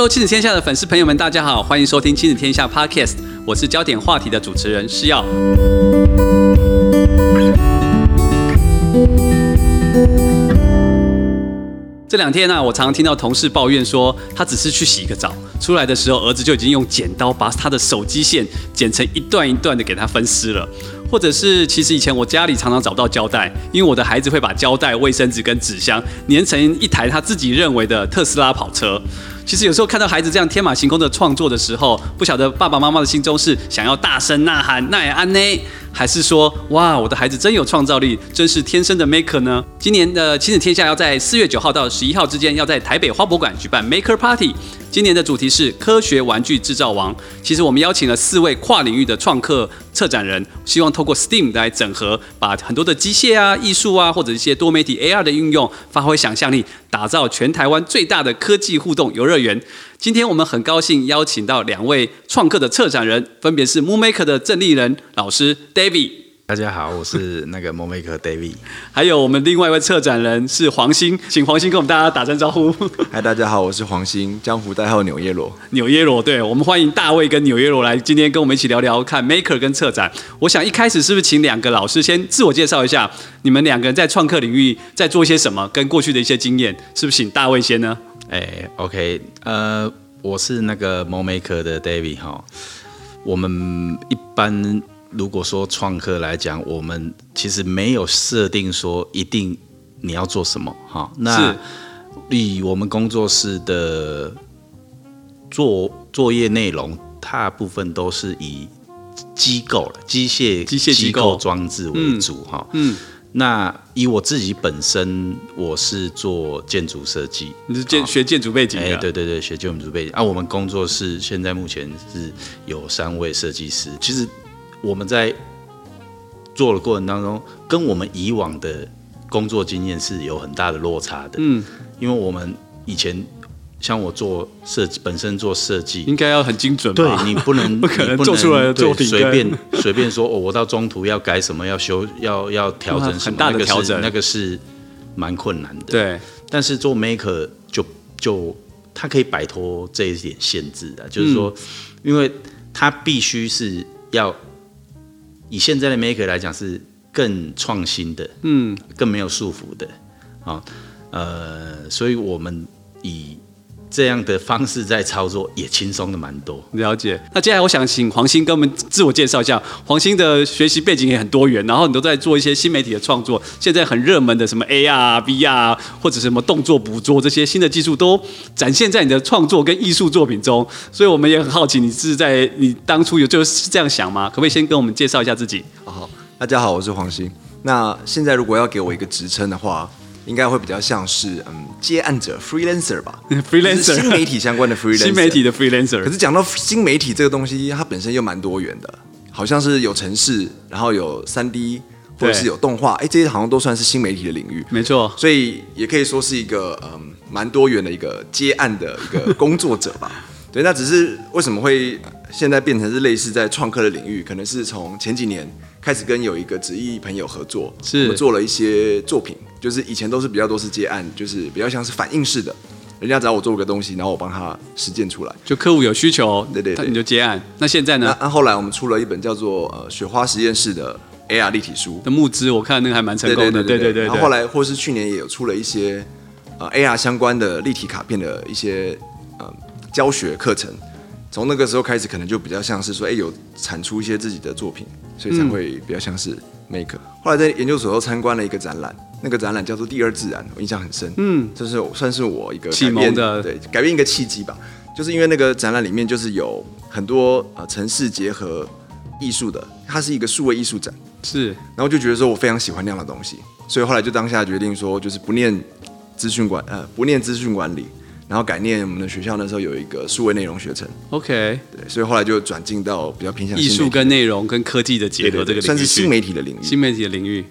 Hello， 亲子天下的粉丝朋友们，大家好，欢迎收听亲子天下 Podcast， 我是焦点话题的主持人施耀。这两天我常常听到同事抱怨说，他只是去洗个澡，出来的时候儿子就已经用剪刀把他的手机线剪成一段一段的给他分尸了。或者是，其实以前我家里常常找不到胶带，因为我的孩子会把胶带、卫生纸跟纸箱粘成一台他自己认为的特斯拉跑车。其实有时候看到孩子这样天马行空的创作的时候，不晓得爸爸妈妈的心中是想要大声呐喊“那也安呢”，还是说哇，我的孩子真有创造力，真是天生的 maker 呢？今年的亲子天下要在4月9号到11号之间，要在台北花博馆举办 Maker Party。今年的主题是科学玩具制造王。其实我们邀请了4位跨领域的创客策展人，希望透过 STEAM 来整合，把很多的机械啊、艺术啊，或者一些多媒体 AR 的运用，发挥想象力，打造全台湾最大的科技互动游乐园。今天我们很高兴邀请到2位创客的策展人，分别是 Moonmaker 的郑立人老师 David。 大家好，我是那个 Moonmaker David。 还有我们另外一位策展人是黄兴，请黄兴跟我们大家打声招呼。 嗨，大家好，我是黄兴，江湖代号纽耶罗。 纽耶罗，对，我们欢迎大卫跟纽耶罗来今天跟我们一起聊聊看 Maker 跟策展。我想一开始是不是请2个老师先自我介绍一下，你们2个人在创客领域在做些什么，跟过去的一些经验，是不是请大卫先呢 ？OK， 我是那个 Moonmaker 的 David 哈。我们一般如果说创客来讲，我们其实没有设定说一定你要做什么哈。那以我们工作室的作业内容，大部分都是以机械机构装置为主哈。那以我自己本身，我是做建筑设计， 你是学建筑背景的？ 对，学建筑背景。我们工作室现在目前是有3位设计师。其实我们在做的过程当中，跟我们以往的工作经验是有很大的落差的。因为我们以前像我做设计，本身做设计应该要很精准吧？ 对，你不能不可能做出来的作品随便说我到中途要改什么，要修要调整什么， 很大的调整， 那个是蛮困难的。 对， 但是做 maker 就它可以摆脱这一点限制的，就是说，因为它必须是要以现在的 maker 来讲是更创新的，更没有束缚的，所以我们以这样的方式在操作，也轻松的蛮多。 了解。那接下来我想请黄兴跟我们自我介绍一下。黄兴的学习背景也很多元，然后你都在做一些新媒体的创作，现在很热门的什么 AR、VR 或者什么动作捕捉这些新的技术都展现在你的创作跟艺术作品中，所以我们也很好奇，你当初就是这样想吗？可不可以先跟我们介绍一下自己？ 好，大家好，我是黄兴。那现在如果要给我一个职称的话，应该会比较像是接案者 freelancer 吧，freelancer 新媒体相关的 freelancer， 新媒体的 freelancer。 可是讲到新媒体这个东西，它本身又蛮多元的，好像是有程式，然后有3D， 或者是有动画，这些好像都算是新媒体的领域。 没错， 所以也可以说是一个蛮多元的一个接案的一个工作者吧。对，那只是为什么会现在变成是类似在创客的领域，可能是从前几年开始跟有一个职艺朋友合作，我们做了一些作品，就是以前都是比较多是接案，就是比较像是反应式的，人家找我做个东西，然后我帮他实践出来，就客户有需求， 对， 你就接案。那现在呢？ 那后来我们出了一本叫做雪花实验室的 AR 立体书的募资，我看那个还蛮成功的，对。 然后后来或是去年也有出了一些AR 相关的立体卡片的一些教学课程。从那个时候开始，可能就比较像是说，有产出一些自己的作品，所以才会比较像是 maker。后来在研究所又参观了一个展览，那个展览叫做《第二自然》，我印象很深。这是算是我一个启蒙的， 对，改变一个契机吧。就是因为那个展览里面就是有很多程式结合艺术的，它是一个数位艺术展。 是， 然后就觉得说我非常喜欢那样的东西，所以后来就当下决定说，就是不念资讯管理。然后改念我们的学校那时候有一个数位内容学程 ，OK， 对，所以后来就转进到比较偏向艺术跟内容跟科技的结合这个领域， 算是新媒体的领域。 新媒体的领域，而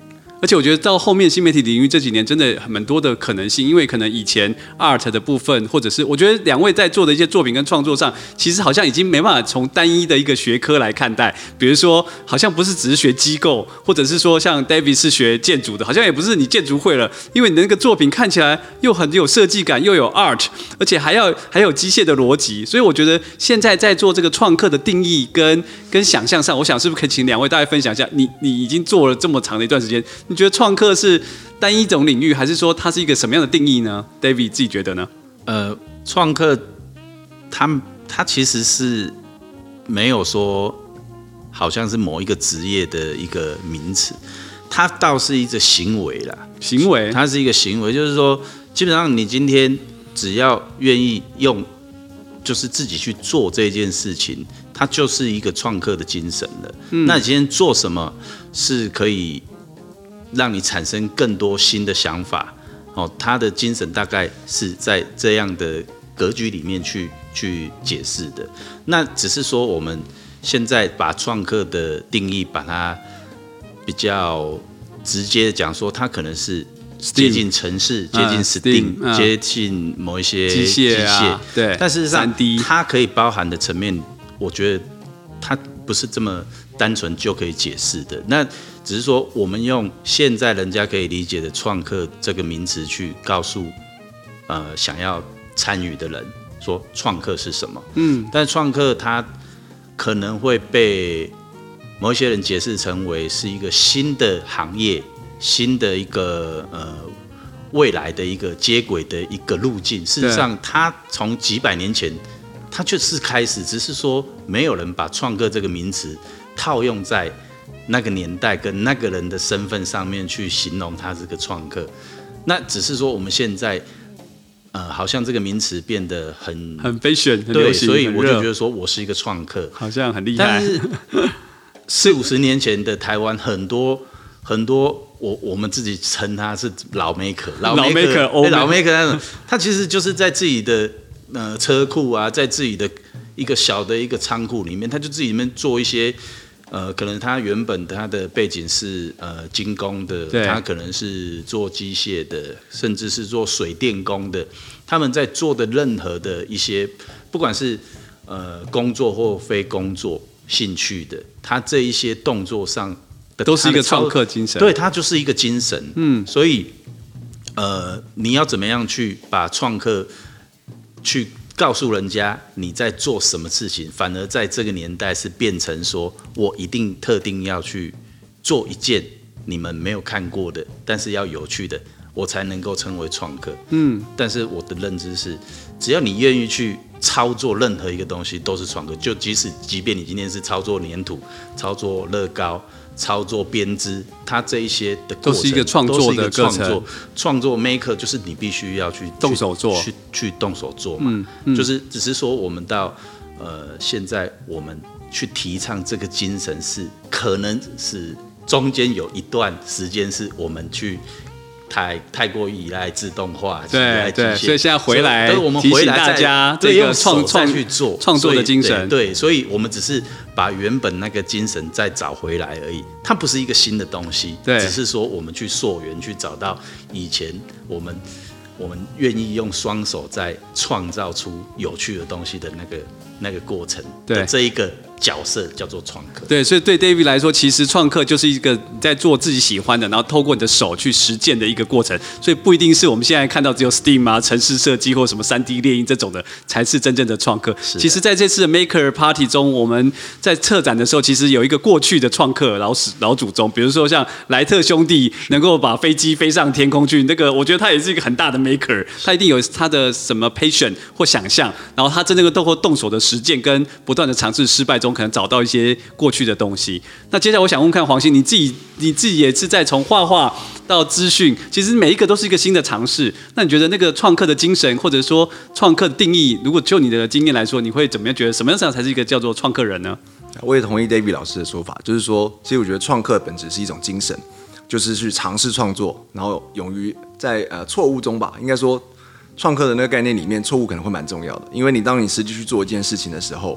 而且我觉得到后面新媒体领域这几年真的蛮多的可能性，因为可能以前 art 的部分，或者是我觉得两位在做的一些作品跟创作上，其实好像已经没办法从单一的一个学科来看待。比如说，好像不是只是学机构，或者是说像 David 是学建筑的，好像也不是你建筑会了，因为你的那个作品看起来又很有设计感，又有 art， 而且还有机械的逻辑。所以我觉得现在在做这个创客的定义跟想象上，我想是不是可以请两位大概分享一下，你已经做了这么长的一段时间，你觉得创客是单一种领域，还是说它是一个什么样的定义呢 ？David 自己觉得呢？ 创客它其实是没有说好像是某一个职业的一个名词，它倒是一个行为啦。 行为， 它是一个行为，就是说，基本上你今天只要愿意用，就是自己去做这件事情，它就是一个创客的精神了。那你今天做什么是可以让你产生更多新的想法？哦，他的精神大概是在这样的格局里面去解释的。那只是说我们现在把创客的定义，把它比较直接讲说，它可能是接近程式、接近 STEAM、接近某一些机械， 对。 但事实上 3D， 它可以包含的层面，我觉得它不是这么单纯就可以解释的。那只是说，我们用现在人家可以理解的创客这个名词去告诉想要参与的人，说创客是什么。但创客它可能会被某一些人解释成为是一个新的行业、新的一个未来的一个接轨的一个路径。事实上，它从几百年前它就是开始，只是说没有人把创客这个名词套用在那个年代跟那个人的身份上面去形容他是个创客。那只是说我们现在好像这个名词变得很 fashion， 很流行，所以我就觉得说我是一个创客， 好像很厉害。 但是40-50年前的台湾很多我们自己称他是老 maker 那种，他其实就是在自己的车库啊，在自己的一个小的一个仓库里面，他就自己里面做一些。可能他原本他的背景是精工的，他可能是做机械的，甚至是做水电工的。他们在做的任何的一些，不管是工作或非工作、兴趣的，他这一些动作上的都是一个创客精神。 对，他就是一个精神。所以你要怎么样去把创客去告诉人家你在做什么事情，反而在这个年代是变成说我一定特定要去做一件你们没有看过的，但是要有趣的，我才能够称为创客。但是我的认知是，只要你愿意去操作任何一个东西，都是创客。就即便你今天是操作粘土、操作乐高、操作编织，它这一些的过程都是一个创作的过程。 创作 maker 就是你必须要去动手做， 去动手做嘛。就是只是说我们到现在我们去提倡这个精神是，可能是中间有一段时间是我们去太过依赖自动化， 对，所以现在回来提醒大家这个创作的精神。 对，所以我们只是把原本那个精神再找回来而已，它不是一个新的东西，只是说我们去溯源，去找到以前我们愿意用双手在创造出有趣的东西的那个过程的这一个角色叫做创客。 对，所以对 David 来说，其实创客就是一个你在做自己喜欢的，然后透过你的手去实践的一个过程。所以不一定是我们现在看到只有 STEAM 啊、程式设计或什么 3D 列印这种的才是真正的创客。其实在这次的 Maker Party 中，我们在策展的时候，其实有一个过去的创客老祖宗，比如说像莱特兄弟能够把飞机飞上天空去，那个我觉得他也是一个很大的 Maker， 他一定有他的什么 passion 或想象，然后他真正透过动手的实践跟不断的尝试失败中，可能找到一些过去的东西。那接下来我想问看黄鑫，你自己也是在从画画到资讯，其实每一个都是一个新的尝试。那你觉得那个创客的精神，或者说创客的定义，如果就你的经验来说，你会怎么样觉得什么样才是一个叫做创客人呢？ 我也同意 David 老师的说法，就是说，其实我觉得创客本质是一种精神，就是去尝试创作，然后勇于在错误中吧，应该说创客的那个概念里面，错误可能会蛮重要的，因为当你实际去做一件事情的时候，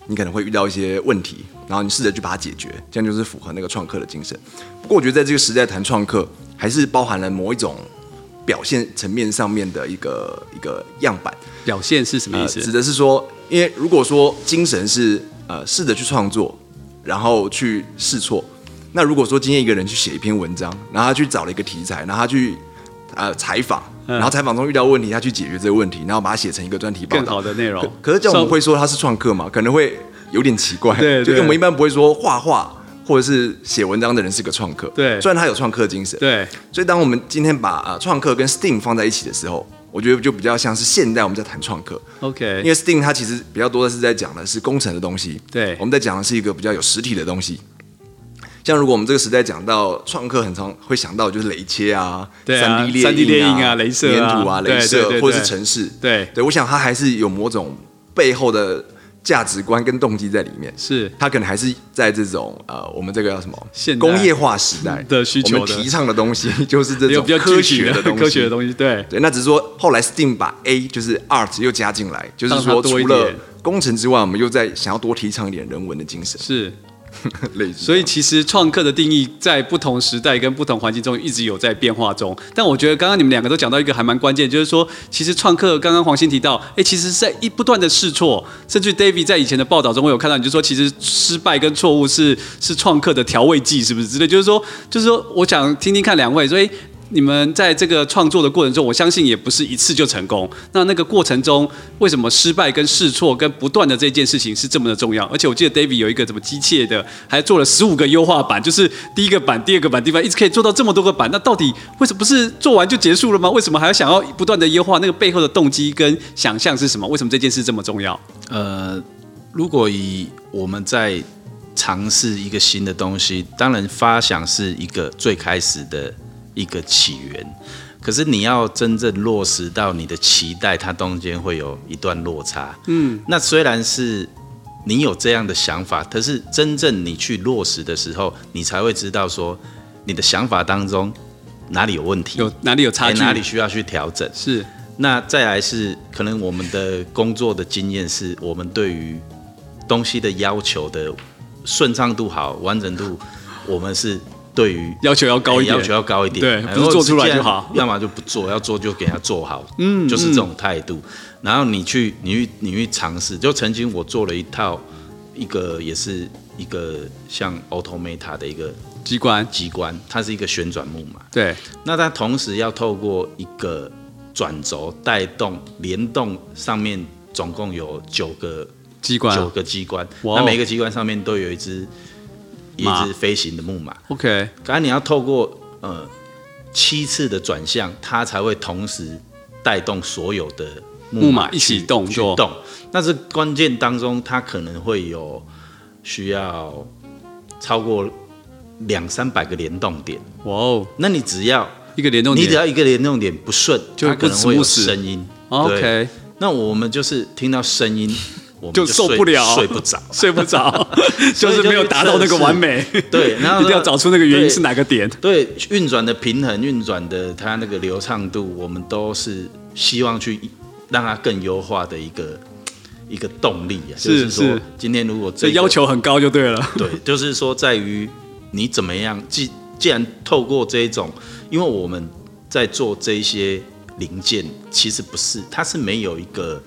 你可能会遇到一些问题，然后你试着去把它解决，这样就是符合那个创客的精神。不过我觉得在这个时代谈创客，还是包含了某一种表现层面上面的一个样板。 表现是什么意思？ 指的是说，因为如果说精神是试着去创作，然后去试错，那如果说今天一个人去写一篇文章，然后他去找了一个题材，然后他去采访，然后采访中遇到问题，他去解决这个问题，然后把它写成一个专题报道， 更好的内容。 可是这样我们会说他是创客嘛？可能会有点奇怪。 对， 就因为我们一般不会说画画或者是写文章的人是个创客。 对， 虽然他有创客精神。 对， 所以当我们今天把创客跟 STEAM 放在一起的时候，我觉得就比较像是现代我们在谈创客。 OK， 因为 STEAM 它其实比较多的是在讲的是工程的东西。 对， 我们在讲的是一个比较有实体的东西。像如果我们这个时代讲到创客，很常会想到就是雷切啊、3D 列印啊、雷射啊、 粘土啊、雷射，或者是城市。 对， 我想它还是有某种背后的价值观跟动机在里面。 是， 它可能还是在这种我们这个叫什么工业化时代的需求的， 我们提倡的东西就是这种科学的东西。对，那只是说后来 STEAM 把 A 就是 Art 又加进来，就是说除了工程之外，我们又在想要多提倡一点人文的精神。 是。所以其实创客的定义在不同时代跟不同环境中一直有在变化中，但我觉得刚刚你们两个都讲到一个还蛮关键，就是说其实创客刚刚黄鑫提到，其实是在不断的试错，甚至 David 在以前的报道中我有看到，你就说其实失败跟错误是创客的调味剂，是不是之类？就是说我想听听看两位，所以你们在这个创作的过程中，我相信也不是一次就成功。那个过程中，为什么失败跟试错跟不断的这件事情是这么的重要？而且我记得 David 有一个怎么机械的，还做了15个优化版，就是第一个版、第二个版、第三版，一直可以做到这么多个版。那到底为什么不是做完就结束了吗？为什么还要想要不断的优化？那个背后的动机跟想象是什么？为什么这件事这么重要？ 如果以我们在尝试一个新的东西，当然发想是一个最开始的一个起源，可是你要真正落实到你的期待，它中间会有一段落差。那虽然是你有这样的想法，可是真正你去落实的时候，你才会知道说你的想法当中哪里有问题， 哪里有差距， 哪里需要去调整。 是。 那再来是可能我们的工作的经验是，我们对于东西的要求的顺畅度好、完整度，我们是。对于要求要高一点，对，不是做出来就好， 要么就不做，要做就给他做好，就是这种态度。然后你去尝试，就曾经我做了一个也是一个像 Automata 的一个机关，它是一个旋转木马， 对。 那它同时要透过一个转轴带动联动，上面总共有9个机关，那每个机关上面都有一只飞行的木马。 OK， 刚才你要透过7次的转向，它才会同时带动所有的木马一起动。 那这关键当中，它可能会有需要超过200-300个联动点。 哇哦！ 那你只要一个联动点不顺，它可能会有声音。 OK， 那我们就是听到声音。 就受不了，睡不着，就是没有达到那个完美。 对，然后一定要找出那个原因是哪个点。 对，运转的平衡、运转的它那个流畅度，我们都是希望去让它更优化的一个动力啊。就是说，今天如果这要求很高就对了。 对，就是说在于你怎么样，既然透过这一种，因为我们在做这一些零件，其实不是，它是没有一个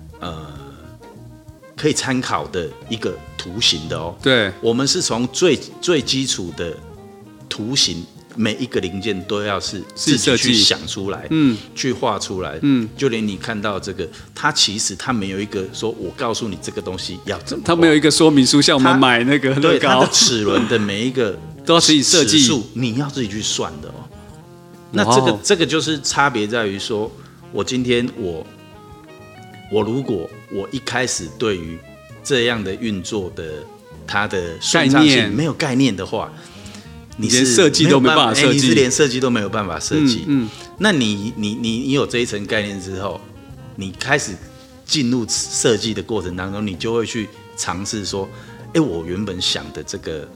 可以参考的一个图形的哦。 对， 我们是从最基础的图形，每一个零件都要是自己去想出来，去画出来，就连你看到这个，它其实它没有一个说我告诉你这个东西要怎么画， 它没有一个说明书，像我们买那个乐高， 它的齿轮的每一个都要自己设计， 你要自己去算的哦。那这个就是差别在于说，我今天我如果我一开始对于这样的运作的它的顺畅性没有概念的话，你连设计都没办法设计， 你是连设计都没有办法设计。那你有这一层概念之后，你开始进入设计的过程当中，你就会去尝试说，我原本想的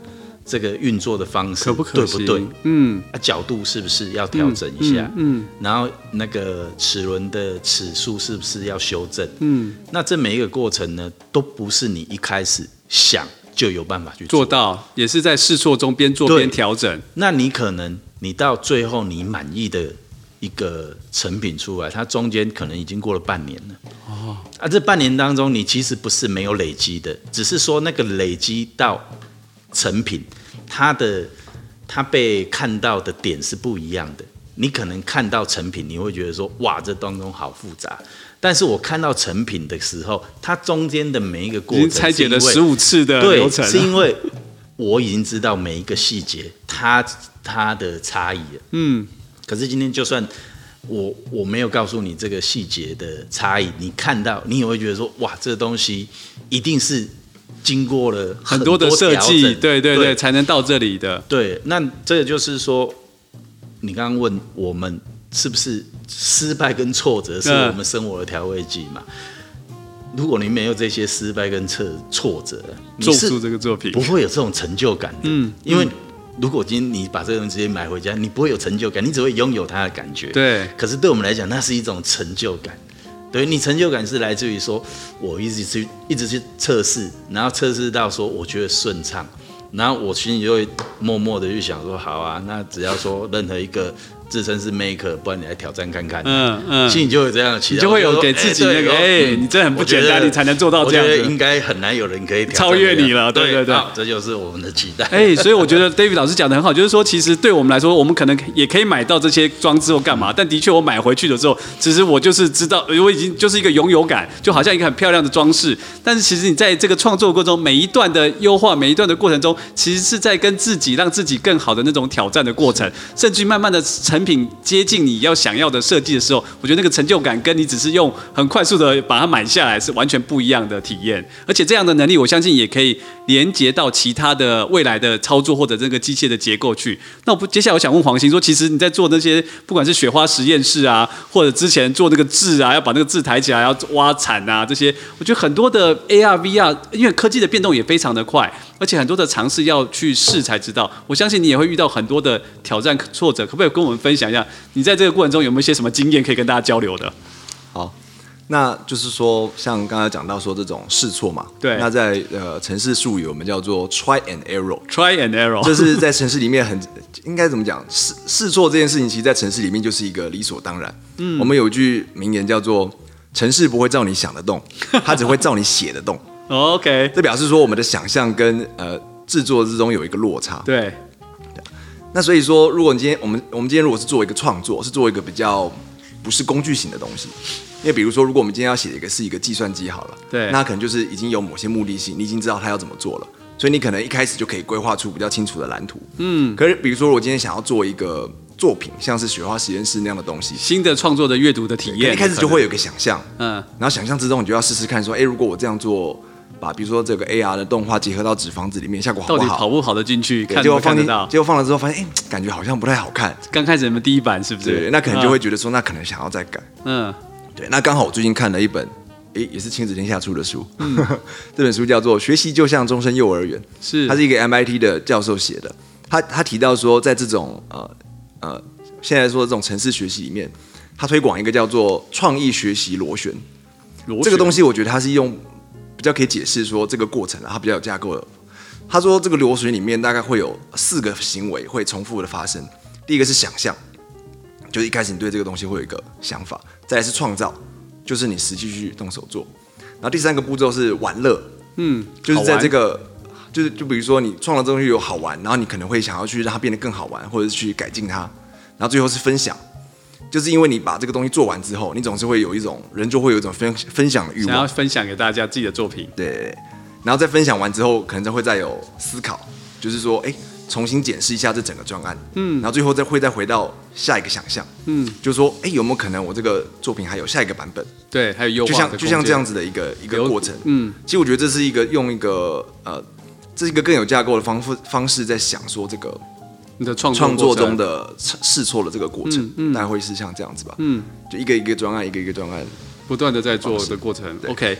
这个运作的方式可不可行？ 对不对？角度是不是要调整一下？然后那个齿轮的齿数是不是要修正？那这每一个过程呢，都不是你一开始想就有办法去做到，也是在试错中边做边调整。 那你可能你到最后你满意的一个成品出来，它中间可能已经过了半年了。这半年当中，你其实不是没有累积的，只是说那个累积到成品，它被看到的点是不一样的。你可能看到成品，你会觉得说，哇，这当中好复杂。但是我看到成品的时候，它中间的每一个过程， 已经拆解了15次的流程了， 是因为我已经知道每一个细节它的差异了。可是今天就算我没有告诉你这个细节的差异，你看到你也会觉得说，哇，这个东西一定是经过了很多的设计，对，才能到这里的。 对，那这个就是说，你刚刚问我们是不是失败跟挫折是我们生活的调味剂嘛？如果你没有这些失败跟挫折， 做出这个作品不会有这种成就感的。因为如果今天你把这个东西直接买回家，你不会有成就感，你只会拥有它的感觉。 对。 可是对我们来讲，那是一种成就感。对，你成就感是来自于说，我一直去测试，然后测试到说我觉得顺畅，然后我心里就会默默的去想说，好啊，那只要说任何一个自称是 maker， 不然你来挑战看看。心里就会有这样的期待， 你就会有给自己那个，你真的很不简单，你才能做到这样子。 我觉得应该很难有人可以超越你了，对。 这就是我们的期待。 所以我觉得 David 老师讲的很好，就是说，其实对我们来说，我们可能也可以买到这些装置或干嘛，但的确我买回去的时候，其实我就是知道，我已经就是一个拥有感，就好像一个很漂亮的装饰。但是其实你在这个创作过程中，每一段的优化，每一段的过程中，其实是在跟自己让自己更好的那种挑战的过程，甚至慢慢的成品接近你要想要的设计的时候，我觉得那个成就感跟你只是用很快速的把它买下来是完全不一样的体验。而且这样的能力，我相信也可以连接到其他的未来的操作或者这个机械的结构去。那接下来我想问黄兴说，其实你在做那些不管是雪花实验室啊，或者之前做那个字啊，要把那个字抬起来，要挖铲啊这些，我觉得很多的 AR、VR， 因为科技的变动也非常的快，而且很多的尝试要去试才知道。我相信你也会遇到很多的挑战挫折，可不可以跟我们分享一下，你在这个过程中有没有一些什么经验可以跟大家交流的？ 好，那就是说，像刚才讲到说这种试错嘛， 对。 那在程式术语我们叫做 try and error，try and error， 就是在程式里面应该怎么讲，试错这件事情，其实在程式里面就是一个理所当然。我们有一句名言叫做“程式不会照你想的动，它只会照你写的动”。 OK， 这表示说我们的想象跟制作之中有一个落差。 对。 那所以说，如果我们今天如果是做一个创作，是做一个比较不是工具型的东西，因为比如说，如果我们今天要写是一个计算机好了， 对， 那可能就是已经有某些目的性，你已经知道它要怎么做了，所以你可能一开始就可以规划出比较清楚的蓝图。可是比如说我今天想要做一个作品，像是雪花实验室那样的东西， 新的创作的阅读的体验， 一开始就会有个想象，然后想象之中你就要试试看说，如果我这样做。把比如说这个 AR 的动画结合到纸房子里面，效果好不好？ 到底跑不跑得进去？ 结果放得到，结果放了之后发现，感觉好像不太好看。 刚开始你们第一版是不是？ 对，那可能就会觉得说，那可能想要再改。对，那刚好我最近看了一本，也是亲子天下出的书。这本书叫做《学习就像终身幼儿园》，它是一个 MIT 的教授写的。他提到说，在这种现在说这种程式学习里面，他推广一个叫做创意学习螺旋。这个东西，我觉得他是用。比较可以解释说这个过程它比较有架构的。他说这个螺旋里面大概会有4个行为会重复的发生。第一个是想象，就是一开始你对这个东西会有一个想法；再来是创造，就是你实际去动手做；然后第3个步骤是玩乐，就是在这个就比如说你创造这东西有好玩，然后你可能会想要去让它变得更好玩，或者是去改进它；然后最后是分享。就是因为你把这个东西做完之后，你总是会有一种分享的欲望， 想要分享给大家自己的作品。 对，然后在分享完之后，可能会再有思考，就是说，重新检视一下这整个专案，然后最后再回到下一个想象，就是说，有没有可能我这个作品还有下一个版本？ 对，还有优化的就像这样子的一个过程。其实我觉得这是一个这是一个更有架构的方式在想说这个。 你的创作中的试错的这个过程，大概会是像这样子吧。就一个一个专案，一个一个专案， 不断的在做的过程。OK，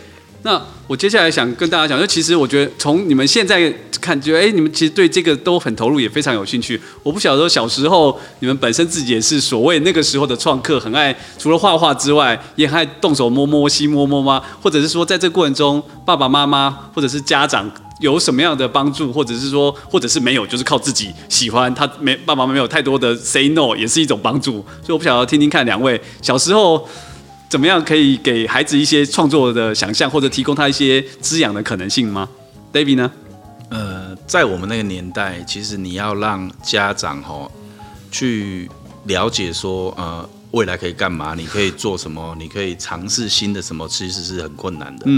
那我接下来想跟大家讲，就其实我觉得从你们现在看，觉得你们其实对这个都很投入，也非常有兴趣。我不晓得小时候你们本身自己也是所谓那个时候的创客，很爱除了画画之外，也很爱动手摸摸西摸摸吗？或者是说在这个过程中，爸爸妈妈或者是家长有什么样的帮助，或者是说，或者是没有，就是靠自己喜欢，他爸爸妈妈没有太多的 say no， 也是一种帮助。所以我不晓得听听看两位小时候怎么样可以给孩子一些创作的想象，或者提供他一些滋养的可能性吗 ？David 呢？ 在我们那个年代，其实你要让家长去了解说，未来可以干嘛，你可以做什么，你可以尝试新的什么，其实是很困难的。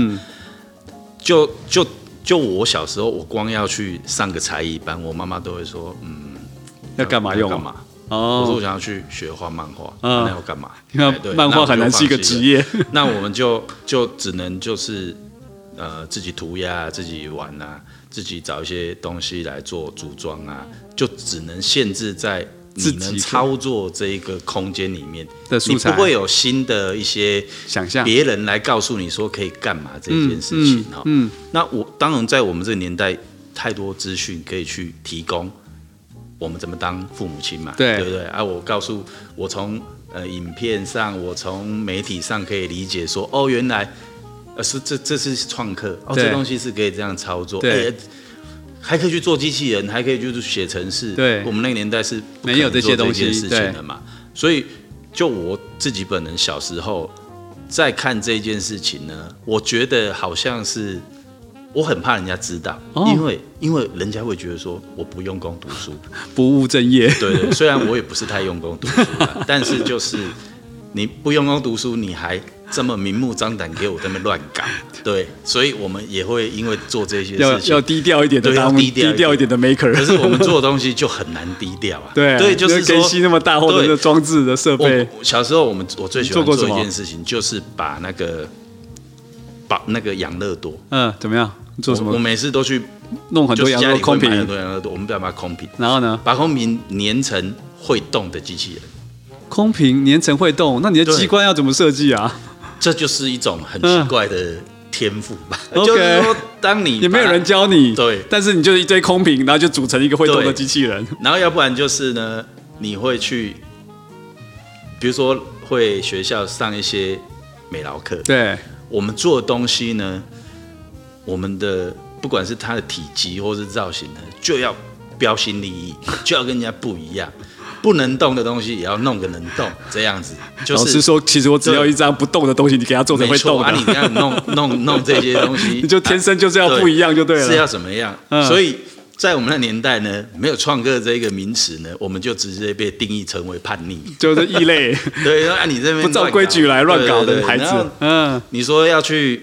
就我小时候，我光要去上个才艺班，我妈妈都会说， 要干嘛用？ 干嘛？ 哦， 我说我想要去学画漫画，那要干嘛？ 因为漫画很难是一个职业。 那我们就只能就是自己涂鸦，自己玩啊，自己找一些东西来做组装啊，就只能限制在你能操作这一个空间里面的素材， 你不会有新的一些想象， 别人来告诉你说可以干嘛这件事情那我当然在我们这个年代，太多资讯可以去提供我们怎么当父母亲嘛，对不对啊？我告诉我从影片上，我从媒体上可以理解说，原来是这是创客，这东西是可以这样操作，还可以去做机器人，还可以去写程式。 对， 我们那个年代是没有这些东西事情的嘛，所以就我自己本人小时候在看这件事情呢，我觉得好像是我很怕人家知道，因为人家会觉得说我不用功读书， 不务正业。 对，虽然我也不是太用功读书但是就是你不用功读书，你还这么明目张胆给我在那边乱搞，对，所以我们也会因为做这些事情要低调一点的， 要低调一点的 maker。 可是我们做的东西就很难低调啊。 对， 就是说给息那么大，或者是装置的设备。 小时候我最喜欢做一件事情，就是把那个养乐多， 怎么样？做什么？ 我每次都去弄很多养乐多空瓶， 很多养乐多，我们不要把它空瓶， 然后呢， 把空瓶粘成会动的机器人。 空瓶粘成会动，那你的机关要怎么设计啊？ 这就是一种很奇怪的天赋吧。就是说，当你也没有人教你， 对， 但是你就是一堆空瓶，然后就组成一个会动的机器人。 然后要不然就是呢，你会去，比如说会学校上一些美劳课， 对， 我们做的东西呢，我们的不管是它的体积或是造型呢，就要标新立异，就要跟人家不一样。不能动的东西也要弄个能动，这样子。就是、 老师说，其实我只要一张不动的东西，你给它做成会动的。 你这样弄这些东西， 你就天生就是要不一样就对了。 是要怎么样？所以在我们那年代呢，没有创客这个名词呢，我们就直接被定义成为叛逆， 就是异类。 对，你这边不照规矩来乱搞的孩子。 你说要去，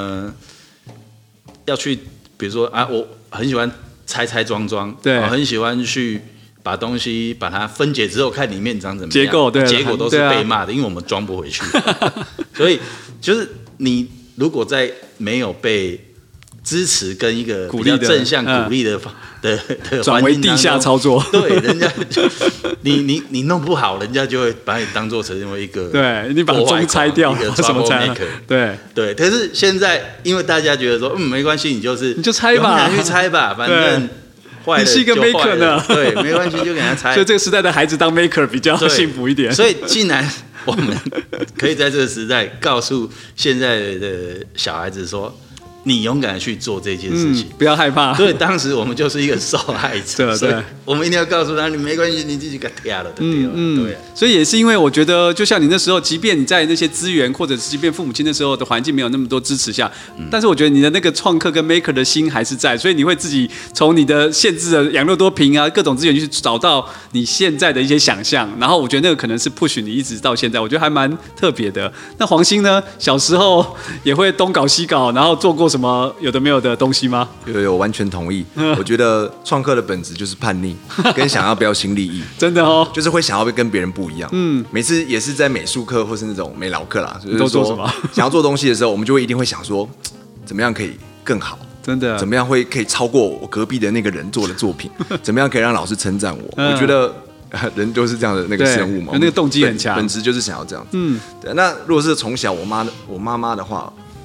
比如说我很喜欢拆装，对，我很喜欢去。把东西把它分解之后，看里面长怎么样，结果都是被骂的，因为我们装不回去。所以就是你如果在没有被支持跟一个比较正向鼓励的转为地下操作， 对，人家你弄不好，人家就会把你当做成为一个， 对，你把钟拆掉，什么拆？对。 可是现在因为大家觉得说，没关系，你就拆吧， 去拆吧，反正。 你是一个 maker 呢， 对，没关系，就给他拆。 所以这个时代的孩子当 maker 比较幸福一点。 所以既然我们可以在这个时代告诉现在的小孩子说，你勇敢的去做这件事情， 不要害怕。 所以当时我们就是一个受害者， 对， 我们一定要告诉他，你没关系，你自己给跳了，对。 所以也是因为我觉得，就像你那时候，即便你在那些资源，或者即便父母亲那时候的环境没有那么多支持下，但是我觉得你的那个创客跟 maker 的心还是在，所以你会自己从你的限制的养乐多瓶啊，各种资源去找到你现在的一些想象，然后我觉得那个可能是 push 你一直到现在，我觉得还蛮特别的。那黄兴呢，小时候也会东搞西搞，然后做过什么有的没有的东西吗？ 有，完全同意。我觉得创客的本质就是叛逆，跟想要标新立异。 真的哦， 就是会想要跟别人不一样。每次也是在美术课或是那种美劳课啦，就是说都做什么？ 想要做东西的时候，我们就一定会想说，怎么样可以更好？ 真的， 怎么样可以超过我隔壁的那个人做的作品？怎么样可以让老师称赞我？我觉得人就是这样的那个生物嘛， 那个动机很强， 本质就是想要这样。对。那如果是从小我妈妈的话，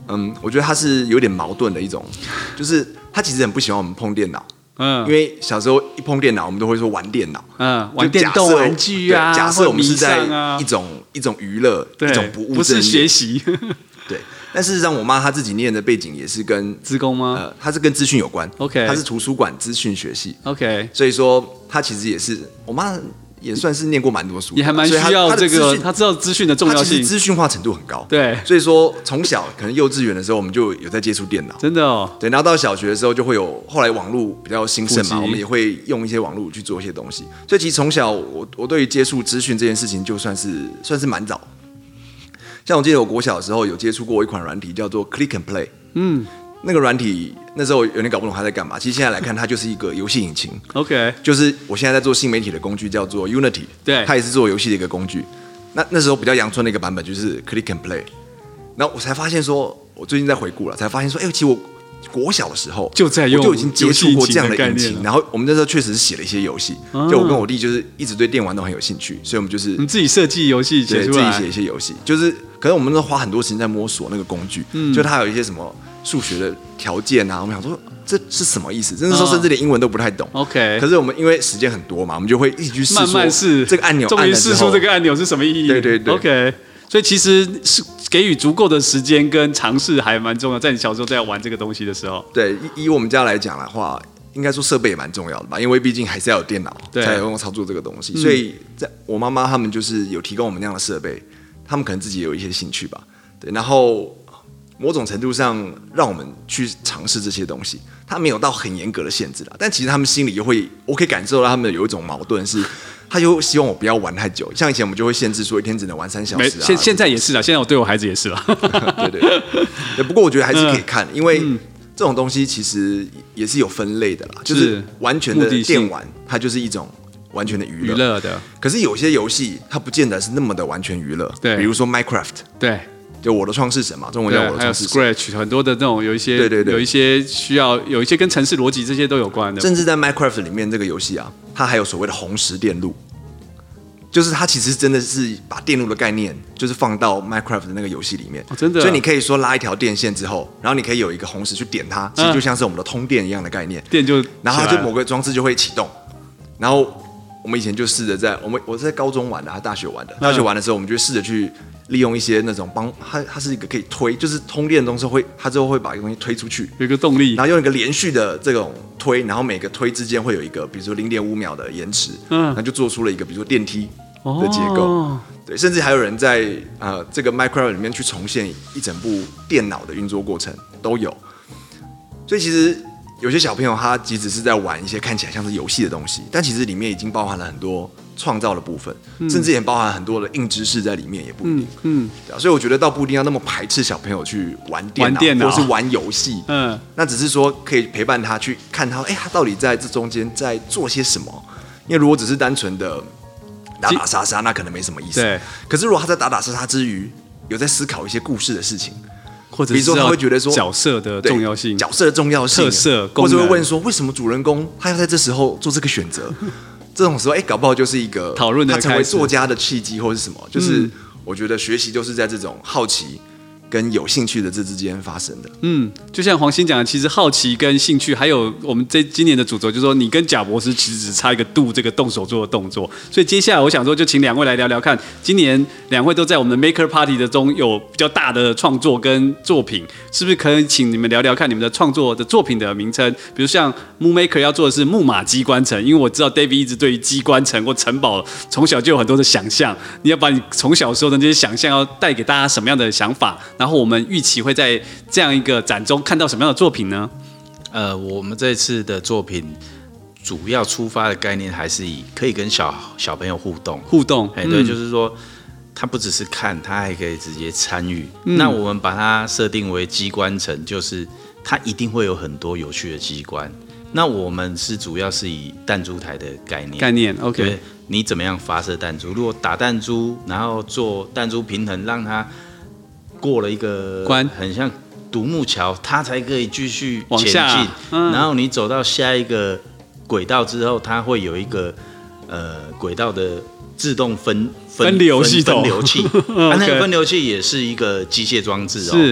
我觉得他是有点矛盾的一种，就是他其实很不喜欢我们碰电脑。因为小时候一碰电脑，我们都会说玩电脑， 玩电动玩具啊， 假设我们是在一种娱乐，一种不务正业， 不是学习。 对，但事实上，我妈她自己念的背景也是跟资工吗？ 她是跟资讯有关。 OK， 她是图书馆资讯学系。 OK， 所以说她其实也是我妈。也算是念过蛮多书， 也还蛮需要这个，他知道资讯的重要性， 资讯化程度很高。 对， 所以说从小可能幼稚园的时候，我们就有在接触电脑， 真的哦。 对，然后到小学的时候就会有，后来网络比较兴盛嘛，我们也会用一些网络去做一些东西。所以其实从小我对于接触资讯这件事情，就算是蛮早。像我记得我国小的时候有接触过一款软体，叫做 Click and Play。那个软体那时候有点搞不懂它在干嘛，其实现在来看它就是一个游戏引擎。 OK， 就是我现在在做新媒体的工具叫做 Unity， 对， 它也是做游戏的一个工具。那时候比较阳春的一个版本就是 Click and Play， 然后我才发现说，我最近在回顾了，才发现说，其实我国小的时候就已经接触过这样的引擎，然后我们那时候确实是写了一些游戏。就我跟我弟就是一直对电玩都很有兴趣，所以我们就是你自己设计游戏写出来， 自己写一些游戏，就是可能我们都花很多时间在摸索那个工具，就它有一些什么数学的条件啊，我们想说这是什么意思？那时候甚至连英文都不太懂。 OK， 可是我们因为时间很多嘛，我们就会一起去试， 慢慢试这个按钮， 终于试出这个按钮是什么意义。 对 OK， 所以其实是给予足够的时间跟尝试还蛮重要，在你小时候在玩这个东西的时候。 对，以我们家来讲的话，应该说设备也蛮重要的吧，因为毕竟还是要有电脑才有用操作这个东西。所以在我妈妈他们就是有提供我们那样的设备，他们可能自己也有一些兴趣吧。对，然后某种程度上让我们去尝试这些东西，他没有到很严格的限制啦，但其实他们心里又会，我可以感受到他们有一种矛盾是。他又希望我不要玩太久，像以前我们就会限制说一天只能玩3小时啊。 现在也是啦，现在我对我孩子也是啦。 对，不过我觉得还是可以看，因为这种东西其实也是有分类的啦，就是完全的电玩，它就是一种完全的娱乐的。 可是有些游戏它不见得是那么的完全娱乐，对，比如说 Minecraft， 对。 就我的创世神嘛，中文叫我的创世神， 还有 Scratch 很多的那种有一些，对，有一些需要有一些跟程式逻辑这些都有关的。 甚至在 Minecraft 里面这个游戏啊，它还有所谓的红石电路，就是它其实真的是把电路的概念就是放到 Minecraft 的那个游戏里面， 真的。 所以你可以说拉一条电线之后，然后你可以有一个红石去点它，其实就像是我们的通电一样的概念， 电就， 然后它就某个装置就会启动，然后我们以前就试着我是在高中玩的，还大学玩的，大学玩的时候我们就试着去。利用一些那种它是一个可以推，就是通电的东西它之后会把一个东西推出去， 有一个动力， 然后用一个连续的这种推，然后每个推之间会有一个，比如说0.5秒的延迟，那就做出了一个比如说电梯的结构，对，甚至还有人在这个 Minecraft 里面去重现一整部电脑的运作过程都有，所以其实有些小朋友他即使是在玩一些看起来像是游戏的东西，但其实里面已经包含了很多。创造的部分，甚至也包含很多的硬知识在里面，也不一定。所以我觉得倒不一定要那么排斥小朋友去玩电脑或是玩游戏。那只是说可以陪伴他去看他，他到底在这中间在做些什么。因为如果只是单纯的打打杀杀，那可能没什么意思。对。可是如果他在打打杀杀之余，有在思考一些故事的事情， 或者比如说他会觉得说角色的重要性、 角色的重要性、 特色， 或者会问说为什么主人公他要在这时候做这个选择。这种时候，搞不好就是一个讨论的他成为作家的契机，或是什么？就是我觉得学习就是在这种好奇跟有兴趣的这之间发生的。 就像黄鑫讲的，其实好奇跟兴趣，还有我们今年的主轴，就是说你跟贾博士其实只差一个度，这个动手做的动作。所以接下来我想说，就请两位来聊聊看，今年两位都在我们的 Maker Party 的中有比较大的创作跟作品，是不是可以请你们聊聊看你们的创作的作品的名称？比如像 Moon Maker 要做的是木马机关城，因为我知道 David 一直对于机关城或城堡从小就有很多的想象，你要把你从小时候的这些想象要带给大家什么样的想法？然后我们预期会在这样一个展中看到什么样的作品呢？ 我们这次的作品主要出发的概念还是以可以跟小朋友互动，对，就是说他不只是看，他还可以直接参与。那我们把它设定为机关城，就是它一定会有很多有趣的机关。那我们主要是以弹珠台的概念 ，OK， 你怎么样发射弹珠？如果打弹珠，然后做弹珠平衡，让它过了一个关，很像独木桥，它才可以继续前进。然后你走到下一个轨道之后，它会有一个轨道的自动分流系统、分流器。那个分流器也是一个机械装置哦。是。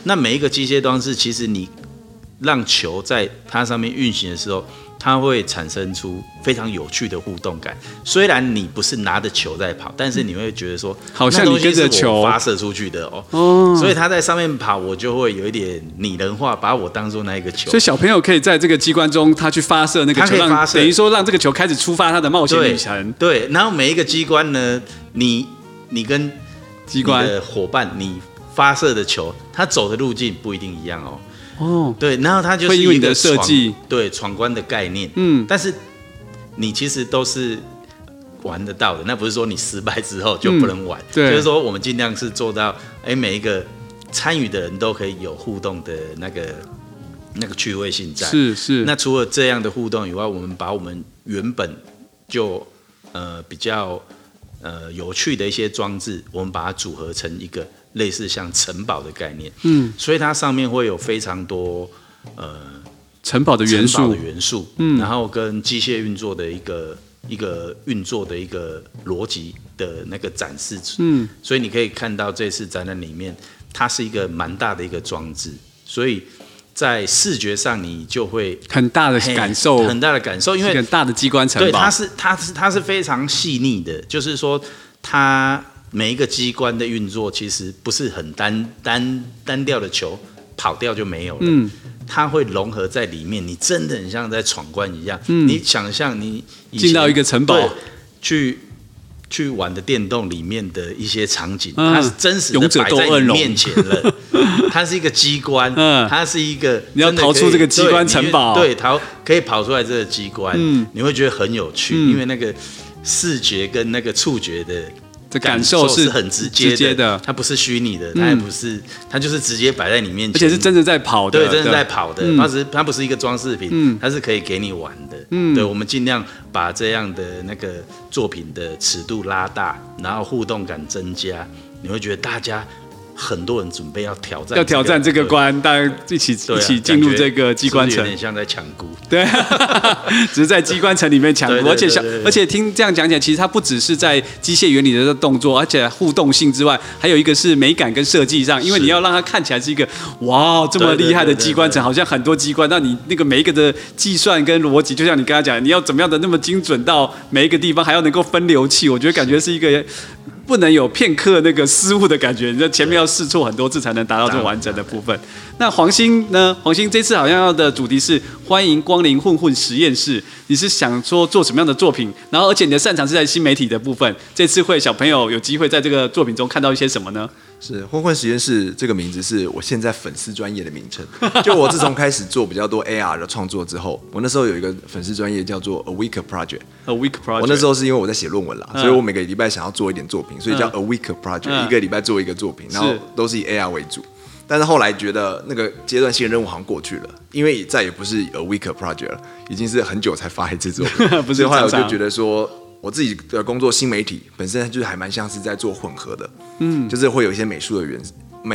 那每一个机械装置，其实你让球在它上面运行的时候，它会产生出非常有趣的互动感。虽然你不是拿着球在跑，但是你会觉得说， 好像你跟着球发射出去的哦。所以它在上面跑，我就会有一点拟人化，把我当做那一个球。 所以小朋友可以在这个机关中，他去发射那个球，等于说让这个球开始出发他的冒险旅程。 对，然后每一个机关呢，你跟机关的伙伴，你发射的球，它走的路径不一定一样哦。对，然后它就是因为你的设计， 对闯关的概念，但是你其实都是玩得到的，那不是说你失败之后就不能玩，就是说我们尽量是做到，每一个参与的人都可以有互动的那个趣味性在， 是。 那除了这样的互动以外，我们把我们原本就比较有趣的一些装置，我们把它组合成一个类似像城堡的概念，所以它上面会有非常多城堡的元素， 然后跟机械运作的一个运作的一个逻辑的那个展示，所以你可以看到这次展览里面，它是一个蛮大的一个装置，所以在视觉上你就会很大的感受， 因为很大的机关城堡， 对，它是非常细腻的，就是说它每一个机关的运作其实不是很单调的球跑掉就没有了，它会融合在里面，你真的很像在闯关一样，你想象你进到一个城堡去玩的电动里面的一些场景，它是真实的摆在你面前了。它是一个机关，它是一个你要逃出这个机关城堡， 对，可以跑出来这个机关，你会觉得很有趣，因为那个视觉跟那个触觉的感受是很直接的，它不是虚拟的，它也不是，它就是直接摆在你面前， 而且是真的在跑的， 对，真的在跑的，它不是一个装饰品，它是可以给你玩的，对，我们尽量把这样的那个作品的尺度拉大，然后互动感增加，你会觉得大家。很多人准备要挑战这个关，大家一起进入这个机关城， 有点像在抢菇。 对，只是在机关城里面抢菇，而且听这样讲起来，其实它不只是在机械原理的动作，而且互动性之外，还有一个是美感跟设计上，因为你要让它看起来是一个哇这么厉害的机关城，好像很多机关，那你那个每一个的计算跟逻辑，就像你刚才讲，你要怎么样的那么精准到每一个地方，还要能够分流器，我觉得感觉是一个。不能有片刻那个失误的感觉，你在前面要试错很多次才能达到这完整的部分。那黄兴呢？黄兴这次好像要的主题是欢迎光临混混实验室。你是想说做什么样的作品？然后而且你的擅长是在新媒体的部分，这次会小朋友有机会在这个作品中看到一些什么呢？ 是混混实验室这个名字是我现在粉丝专业的名称。就我自从开始做比较多 AR 的创作之后，我那时候有一个粉丝专业叫做 A Week Project。我那时候是因为我在写论文啦，所以我每个礼拜想要做一点作品，所以叫 A Week Project，一个礼拜做一个作品，然后都是以 AR 为主。但是后来觉得那个阶段性的任务好像过去了，因为再也不是 A Week Project 了，已经是很久才发一次作品。所以后来我就觉得说。我自己的工作新媒体本身就是还蛮像是在做混合的，就是会有一些美术的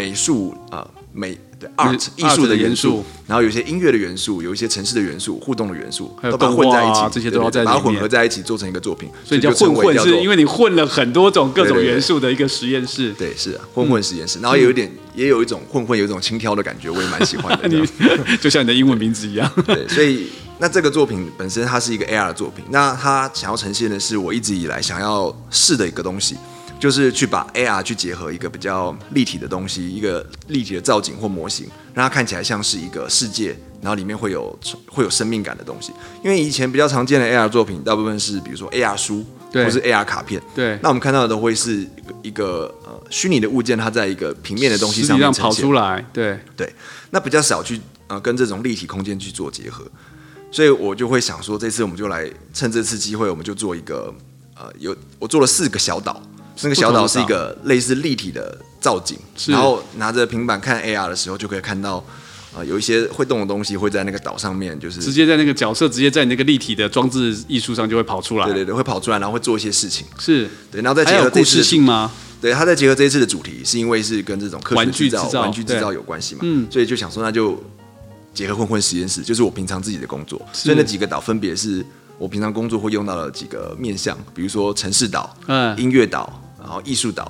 art 艺术的元素，然后有一些音乐的元素，有一些城市的元素，互动的元素，都把它混在一起， 这些都要在里面， 把它混合在一起做成一个作品， 所以叫混混，是因为你混了很多种各种元素的一个实验室。 对，是混混实验室，然后也有一种混混有一种轻佻的感觉，我也蛮喜欢的。 就像你的英文名字一样。 对，所以。那这个作品本身它是一个 AR 的作品，那它想要呈现的是我一直以来想要试的一个东西，就是去把 AR 去结合一个比较立体的东西，一个立体的造景或模型，让它看起来像是一个世界，然后里面会有生命感的东西。因为以前比较常见的 AR 作品，大部分是比如说 AR 书或是 AR 卡片， 对， 那我们看到的都会是一个虚拟的物件，它在一个平面的东西上面跑出来，对， 那比较少去跟这种立体空间去做结合。所以我就会想说，这次我们就来趁这次机会，我们就做一个我做了4个小岛，那个小岛是一个类似立体的造景，然后拿着平板看 AR 的时候，就可以看到有一些会动的东西会在那个岛上面，就是直接在那个角色直接在你那个立体的装置艺术上就会跑出来， 对，会跑出来，然后会做一些事情， 是对，然后再结合故事性吗？ 对，他再结合这一次的主题，是因为是跟这种科学制造、 玩具制造有关系嘛，所以就想说那就。结合混混实验室，就是我平常自己的工作，所以那几个岛分别是我平常工作会用到的几个面向，比如说城市岛、音乐岛，然后艺术岛，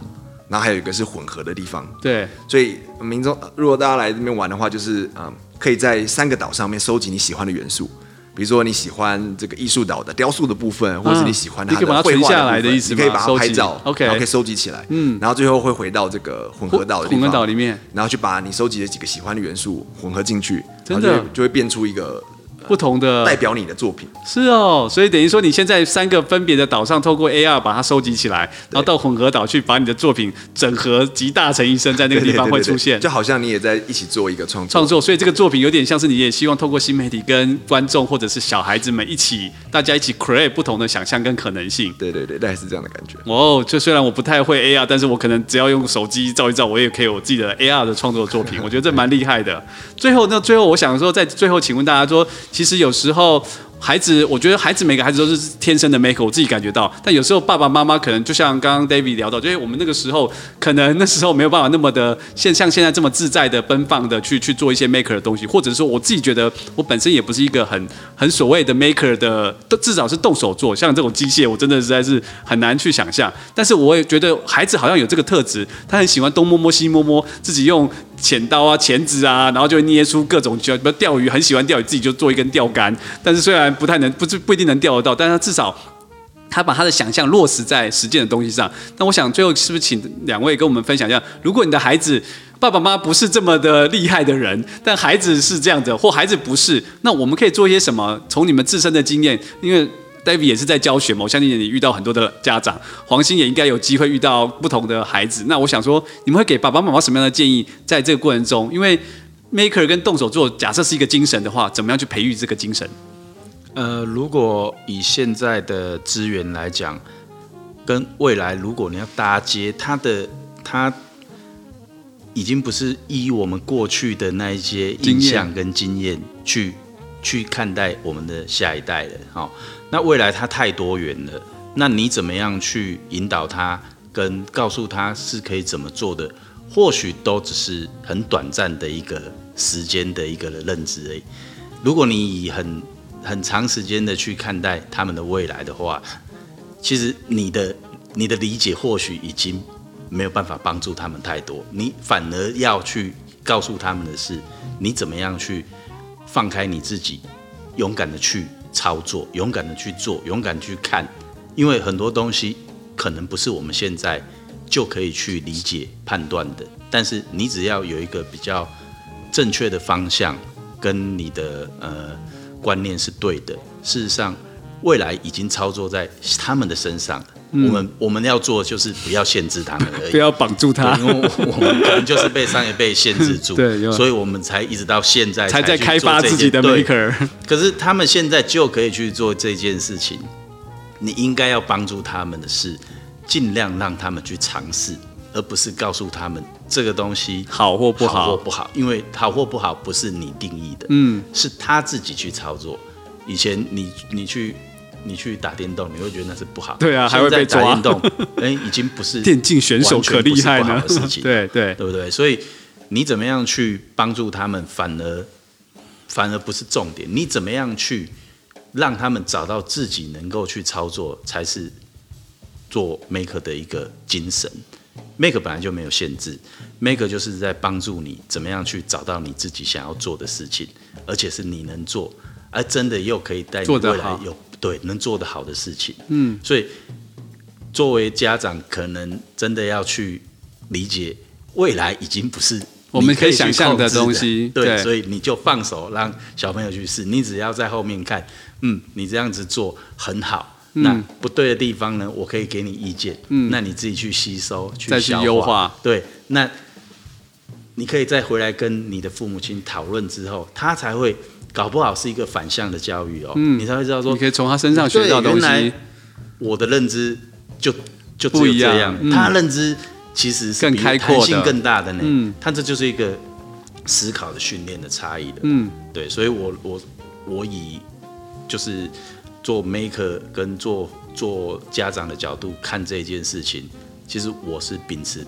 然后还有一个是混合的地方。 对， 所以民众如果大家来这边玩的话，就是可以在3个岛上面收集你喜欢的元素。比如说你喜欢这个艺术岛的雕塑的部分，或者是你喜欢它的绘画的部分，你可以把它拍照， OK， 然后可以收集起来，然后最后会回到这个混合岛的地方， 混合岛里面， 然后去把你收集的几个喜欢的元素混合进去， 真的就会变出一个不同的代表你的作品。 是哦，所以等于说你现在3个分别的岛上，透过 AR 把它收集起来，然后到混合岛去把你的作品整合集大成一身，在那个地方会出现， 就好像你也在一起做一个创作。 所以这个作品有点像是你也希望透过新媒体跟观众或者是小孩子们大家一起 create 不同的想象跟可能性。 对，大概是这样的感觉。 哦，就虽然我不太会 AR， 但是我可能只要用手机照一照，我也可以有我自己的 AR 的创作作品。我觉得这蛮厉害的。最后我想说，在最后请问大家说，其实有时候孩子，我觉得每个孩子都是天生的 maker， 我自己感觉到。但有时候爸爸妈妈可能就像刚刚 David 聊到，就是我们那个时候可能那时候没有办法那么的像现在这么自在的奔放的去做一些 maker 的东西，或者是说我自己觉得我本身也不是一个很所谓的 maker 的，至少是动手做，像这种机械我真的实在是很难去想象。但是我也觉得孩子好像有这个特质，他很喜欢东摸摸西摸摸，自己用剪刀啊、钳子啊，然后就会捏出各种，比如钓鱼，很喜欢钓鱼，自己就做一根钓竿。但是虽然不一定能钓得到，但是他至少他把他的想象落实在实践的东西上。那我想最后是不是请2位跟我们分享一下，如果你的孩子爸爸妈妈不是这么的厉害的人，但孩子是这样的，或孩子不是，那我们可以做一些什么？从你们自身的经验，因为 David 也是在教学嘛，我相信你遇到很多的家长，黄兴也应该有机会遇到不同的孩子。那我想说，你们会给爸爸妈妈什么样的建议？在这个过程中，因为 maker 跟动手做，假设是一个精神的话，怎么样去培育这个精神？ 如果以现在的资源来讲，跟未来如果你要搭接，它已经不是依我们过去的那一些印象跟经验去看待我们的下一代了。那未来它太多元了，那你怎么样去引导他，跟告诉他是可以怎么做的？或许都只是很短暂的一个时间的一个认知而已。如果你以很长时间的去看待他们的未来的话，其实你的理解或许已经没有办法帮助他们太多，你反而要去告诉他们的是，你怎么样去放开你自己，勇敢的去操作，勇敢的去做，勇敢地去看，因为很多东西可能不是我们现在就可以去理解判断的，但是你只要有一个比较正确的方向，跟你的观念是对的，事实上未来已经操作在他们的身上。我们要做的就是不要限制他们而已， 不要绑住他， 因为我们可能就是被商业被限制住， 对， 所以我们才一直到现在才在开发自己的 maker。 可是他们现在就可以去做这件事情，你应该要帮助他们的是，尽量让他们去尝试，而不是告诉他们这个东西好或不好， 因为好或不好不是你定义的，是他自己去操作。以前你去打电动，你会觉得那是不好， 对啊，还会被抓。 打电动，已经不是电竞选手可厉害呢， 事情， 对不对？所以你怎么样去帮助他们，反而不是重点。你怎么样去让他们找到自己能够去操作，才是做 maker 的一个精神。maker 本来就没有限制 ，maker 就是在帮助你怎么样去找到你自己想要做的事情，而且是你能做，而真的又可以带你未来能做得好的事情。所以作为家长，可能真的要去理解，未来已经不是我们可以想象的东西。 对，所以你就放手让小朋友去试，你只要在后面看，你这样子做很好。那不对的地方呢，我可以给你意见，那你自己去吸收， 再去优化。 对，那你可以再回来跟你的父母亲讨论之后，他才会搞不好是一个反向的教育哦，你才会知道说， 你可以从他身上学到东西。 我的认知就不一样， 这样，他认知其实是更开阔的， 弹性更大的呢。他这就是一个思考的训练的差异的。对，所以我以就是做 maker 跟做家长的角度看这件事情，其实我是秉持的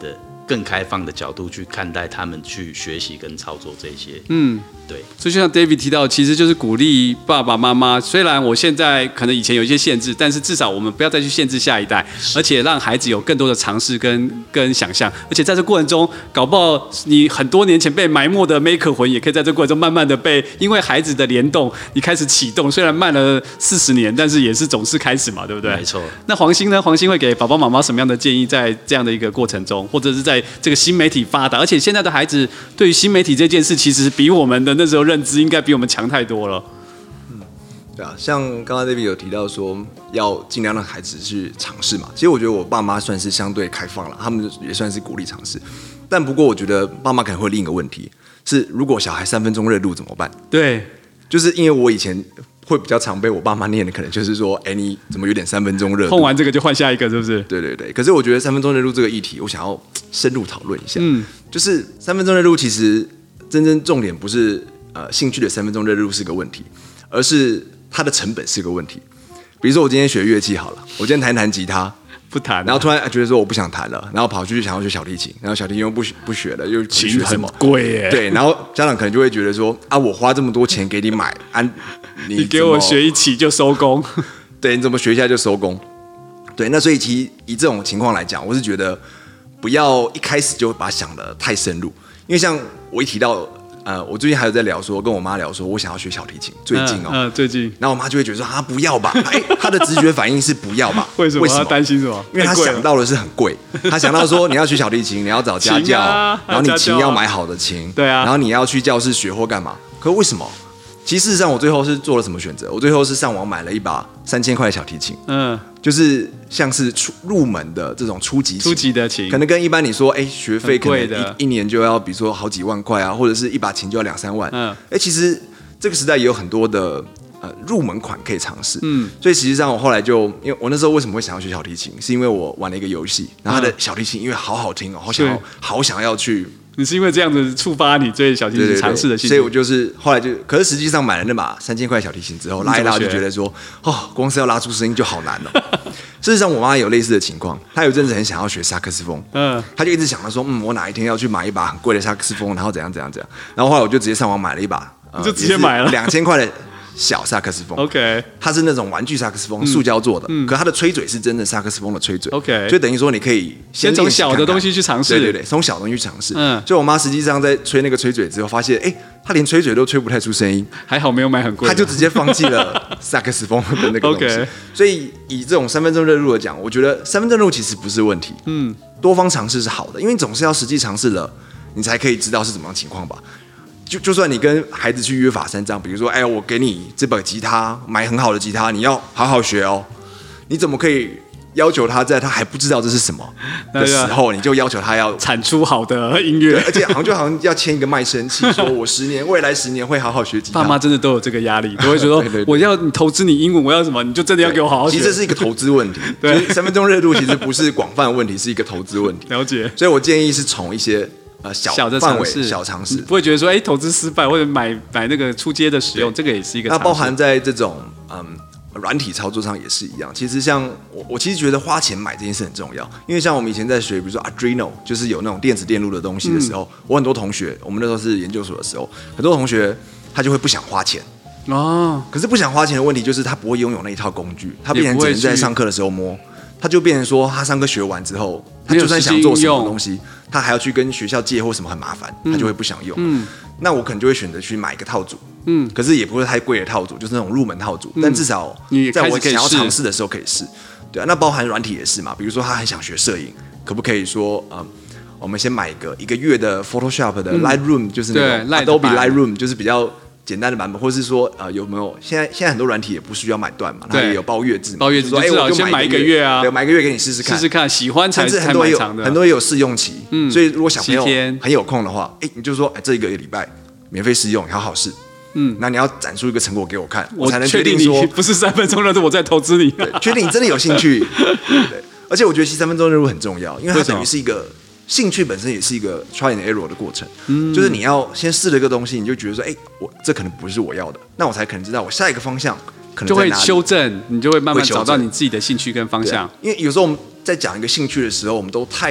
更开放的角度去看待他们去学习跟操作这些。对。 所以就像 David 提到，其实就是鼓励爸爸妈妈。虽然我现在可能以前有一些限制，但是至少我们不要再去限制下一代，而且让孩子有更多的尝试跟想象。而且在这过程中，搞不好你很多年前被埋没的 Maker 魂，也可以在这过程中慢慢的被因为孩子的联动，你开始启动。虽然慢了40年，但是也是总是开始嘛，对不对？ 没错。 那黄兴呢？黄兴会给爸爸妈妈什么样的建议，在这样的一个过程中，或者是在这个新媒体发达，而且现在的孩子对于新媒体这件事，其实比我们的那时候认知应该比我们强太多了。 对啊，像刚刚 David 有提到说要尽量让孩子去尝试嘛。其实我觉得我爸妈算是相对开放了，他们也算是鼓励尝试。但不过我觉得爸妈可能会另一个问题是，如果小孩3分钟热度怎么办？ 对， 就是因为我以前会比较常被我爸妈念的，可能就是说，哎，你怎么有点3分钟热度？ 碰完这个就换下一个，是不是？ 对对对。可是我觉得3分钟热度这个议题，我想要深入讨论一下。就是3分钟热度其实真正重点不是兴趣的3分钟热度是个问题，而是它的成本是个问题。比如说我今天学乐器好了，我今天弹吉他不弹， 然后突然觉得说我不想弹了，然后跑去想要学小提琴，然后小提琴又不学了，又琴学什么很贵耶。 对，然后家长可能就会觉得说啊，我花这么多钱给你买， 你给我学一起就收工， 对，你怎么学一下就收工？对，那所以其实以这种情况来讲，我是觉得不要一开始就把它想得太深入，因为像我一提到我最近还有在聊说，跟我妈聊说，我想要学小提琴，最近最近， 然后我妈就会觉得说啊，不要吧，她的直觉反应是不要吧？ 为什么？她担心什么？ 因为她想到的是很贵，她想到说你要学小提琴，你要找家教，然后你琴要买好的琴， 对啊， 然后你要去教室学或干嘛？可为什么？其实事实上，我最后是做了什么选择？我最后是上网买了一把3000块的小提琴，就是像是入门的这种初级的琴， 可能跟一般你说，学费可能一年就要，比如说好几万块啊，或者是一把琴就要2-3万，其实这个时代也有很多的入门款可以尝试，所以实际上我后来就，因为我那时候为什么会想要学小提琴，是因为我玩了一个游戏，然后它的小提琴因为好好听哦，好想要去。 你是因为这样子触发你对小提琴尝试的兴趣， 所以我就是后来就，可是实际上买了那把3000块小提琴之后，拉一拉就觉得说，光是要拉出声音就好难哦。事实上，我妈有类似的情况，她有一阵子很想要学萨克斯风，她就一直想着说，我哪一天要去买一把很贵的萨克斯风，然后怎样。然后后来我就直接上网买了一把， 你就直接买了 2000块的小萨克斯风 ，OK， 它是那种玩具萨克斯风，塑胶做的，可它的吹嘴是真的萨克斯风的吹嘴 ，OK， 就等于说你可以先从小的东西去尝试， 对，从小东西去尝试。就我妈实际上在吹那个吹嘴之后，发现她连吹嘴都吹不太出声音， 还好没有买很贵， 她就直接放弃了萨克斯风的那个东西。 OK， 所以以这种3分钟热度来讲，我觉得3分钟热度其实不是问题，多方尝试是好的，因为总是要实际尝试了，你才可以知道是怎么样的情况吧。就算你跟孩子去约法三章，比如说，我给你这把吉他，买很好的吉他，你要好好学哦。你怎么可以要求他在他还不知道这是什么的时候，你就要求他要产出好的音乐？ 而且好像要签一个卖身契，说我未来10年会好好学吉他。 爸妈真的都有这个压力，都会说我要你投资你英文，我要什么，你就真的要给我好好学。 其实这是一个投资问题，对，3分钟热度其实不是广泛的问题，是一个投资问题。 了解。 所以我建议是从一些小的范围、小尝试， 不会觉得说投资失败或者买那个初阶的使用，这个也是一个尝试。 那包含在这种软体操作上也是一样。其实像我其实觉得花钱买这件事很重要，因为像我们以前在学，比如说 Arduino， 就是有那种电子电路的东西的时候，我很多同学，我们那时候是研究所的时候，很多同学他就会不想花钱。可是不想花钱的问题就是他不会拥有那一套工具，他变成只能在上课的时候摸。他就变成说，他上课学完之后，他就算想做什么东西，他还要去跟学校借或什么很麻烦，他就会不想用。那我可能就会选择去买一个套组，可是也不会太贵的套组，就是那种入门套组，但至少在我想要尝试的时候可以试。对啊，那包含软体也是嘛，比如说他很想学摄影，可不可以说我们先买一个月的 Photoshop 的 Lightroom，就是那种 Adobe Lightroom，就是比较简单的版本，或是说有没有现在很多软体也不需要买断嘛，它也有包月制嘛， 包月制就至少先买一个月啊， 对，买一个月给你试试看， 喜欢才很多很多也有试用期，所以如果小朋友很有空的话，你就说这一个礼拜免费试用，好好试。那你要展出一个成果给我看，我才能确定说不是3分钟热度，我在投资你。 确定你真的有兴趣。对，而且我觉得其实3分钟热度很重要，因为它等于是一个兴趣本身也是一个 try and error 的过程。就是你要先试了一个东西，你就觉得说，我这可能不是我要的，那我才可能知道我下一个方向可能在哪里， 就会修正，你就会慢慢找到你自己的兴趣跟方向。 因为有时候我们在讲一个兴趣的时候，我们都太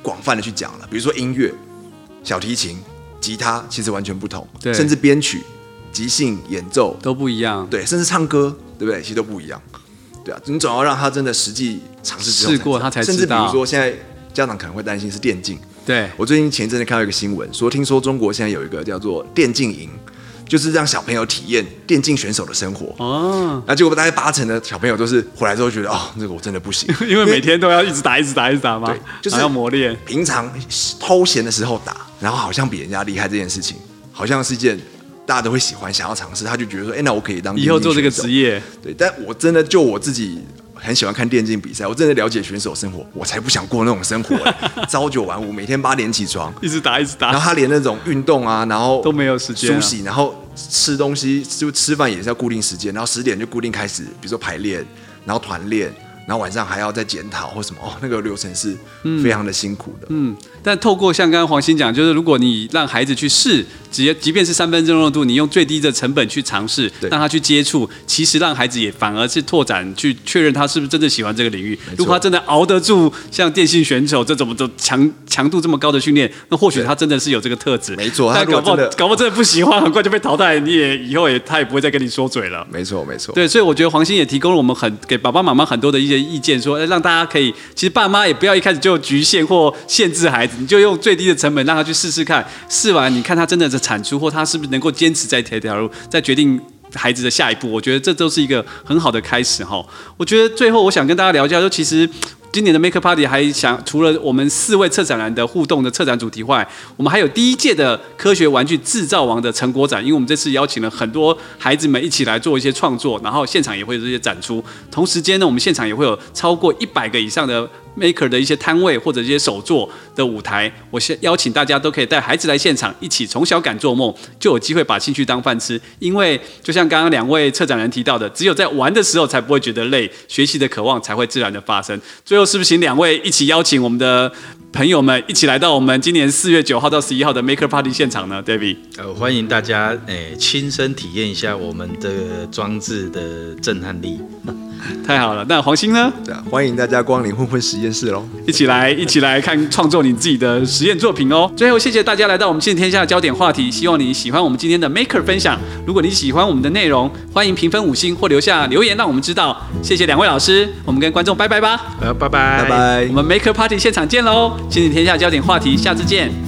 广泛的去讲了，比如说音乐、小提琴、吉他，其实完全不同， 对甚至编曲、即兴演奏都不一样。 对，甚至唱歌，对不对？其实都不一样。对啊，你总要让他真的实际尝试之后试过他才知道。 甚至比如说现在家长可能会担心是电竞。 对， 我最近前一阵子看到一个新闻，听说中国现在有一个叫做电竞营，就是让小朋友体验电竞选手的生活。 哦， 那结果大概80%的小朋友都是回来之后觉得这个我真的不行， 因为每天都要一直打嘛， 对，就是要磨练。 平常偷闲的时候打，然后好像比人家厉害这件事情，好像是一件大家都会喜欢、想要尝试，他就觉得说，那我可以当以后做这个职业。 对，但我真的就我自己很喜欢看电竞比赛，我真的了解选手生活，我才不想过那种生活，朝9晚5，每天8点起床， 一直打。 然后他连那种运动啊，然后都没有时间梳洗，然后吃东西就吃饭也是要固定时间，然后10点就固定开始，比如说排练，然后团练。然后晚上还要再检讨或什么那个流程是非常的辛苦的。 但透过像刚刚黄鑫讲，就是如果你让孩子去试，即便是3分钟热度，你用最低的成本去尝试，让他去接触，其实让孩子也反而是拓展去确认他是不是真的喜欢这个领域。如果他真的熬得住像电竞选手这种强度这么高的训练，那或许他真的是有这个特质。 没错， 但搞不好真的不喜欢，很快就被淘汰，以后他也不会再跟你说嘴了。 没错。 对，所以我觉得黄鑫也提供了我们给爸爸妈妈很多的一些意见，说让大家可以，其实爸妈也不要一开始就局限或限制孩子，你就用最低的成本让他去试试看，试完你看他真的是产出，或他是不是能够坚持在这条路，再决定孩子的下一步。我觉得这都是一个很好的开始哈。我觉得最后我想跟大家聊一下，就其实今年的 Maker Party 还除了我们4位策展人的互动的策展主题外，我们还有第1届的科学玩具制造王的成果展，因为我们这次邀请了很多孩子们一起来做一些创作，然后现场也会有这些展出。同时间呢，我们现场也会有超过100个以上的 Maker 的一些摊位或者一些手作的舞台，我邀请大家都可以带孩子来现场，一起从小敢做梦，就有机会把兴趣当饭吃。因为就像刚刚2位策展人提到的，只有在玩的时候才不会觉得累，学习的渴望才会自然的发生。最后是不是请2位一起邀请我们的朋友们一起来到我们今年4月9号到11号的 Maker Party 现场呢 ？David， 欢迎大家亲身体验一下我们这个装置的震撼力。 太好了，那黄鑫呢？ 对啊，欢迎大家光临混混实验室喽！ 一起来看创作你自己的实验作品哦。最后，谢谢大家来到我们今天下的焦点话题，希望你喜欢我们今天的 Maker 分享。如果你喜欢我们的内容，欢迎评分5星或留下留言让我们知道。谢谢2位老师，我们跟观众拜拜吧。 拜拜。 我们 Maker Party 现场见喽！今天天下焦点话题，下次见。